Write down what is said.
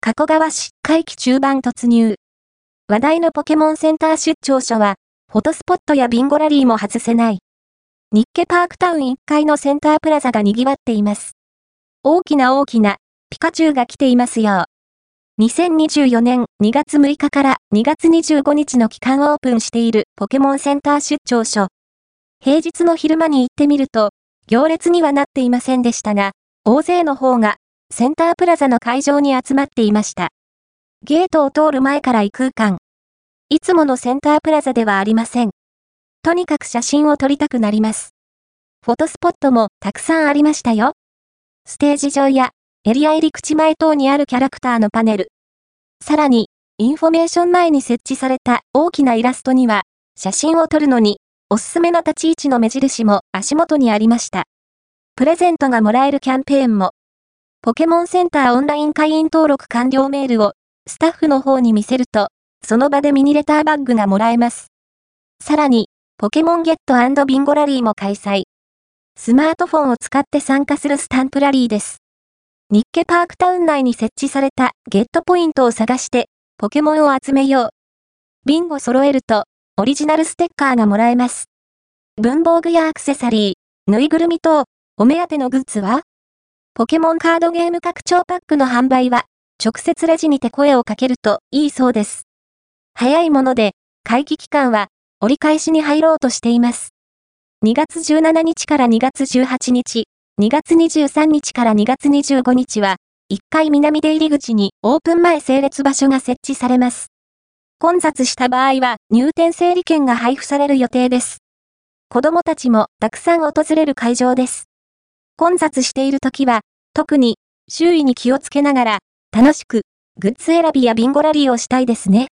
加古川市会期中盤突入。話題のポケモンセンター出張所は、フォトスポットやビンゴラリーも外せない。日家パークタウン1階のセンタープラザが賑わっています。大きなピカチュウが来ていますよ。2024年2月6日から2月25日の期間オープンしているポケモンセンター出張所。平日の昼間に行ってみると、行列にはなっていませんでしたが、大勢の方がセンタープラザの会場に集まっていました。ゲートを通る前から異空間。いつものセンタープラザではありません。とにかく写真を撮りたくなります。フォトスポットもたくさんありましたよ。ステージ上やエリア入り口前等にあるキャラクターのパネル。さらに、インフォメーション前に設置された大きなイラストには、写真を撮るのに、おすすめの立ち位置の目印も足元にありました。プレゼントがもらえるキャンペーンも。ポケモンセンターオンライン会員登録完了メールをスタッフの方に見せると、その場でミニレターバッグがもらえます。さらに、ポケモンゲット&ビンゴラリーも開催。スマートフォンを使って参加するスタンプラリーです。日家パークタウン内に設置されたゲットポイントを探して、ポケモンを集めよう。ビンゴ揃えると、オリジナルステッカーがもらえます。文房具やアクセサリー、ぬいぐるみ等、お目当てのグッズは？ポケモンカードゲーム拡張パックの販売は、直接レジにて声をかけるといいそうです。早いもので、会期期間は、折り返しに入ろうとしています。2月17日から2月18日、2月23日から2月25日は、1階南出入り口にオープン前整列場所が設置されます。混雑した場合は入店整理券が配布される予定です。子供たちもたくさん訪れる会場です。混雑している時は、特に周囲に気をつけながら、楽しくグッズ選びやビンゴラリーをしたいですね。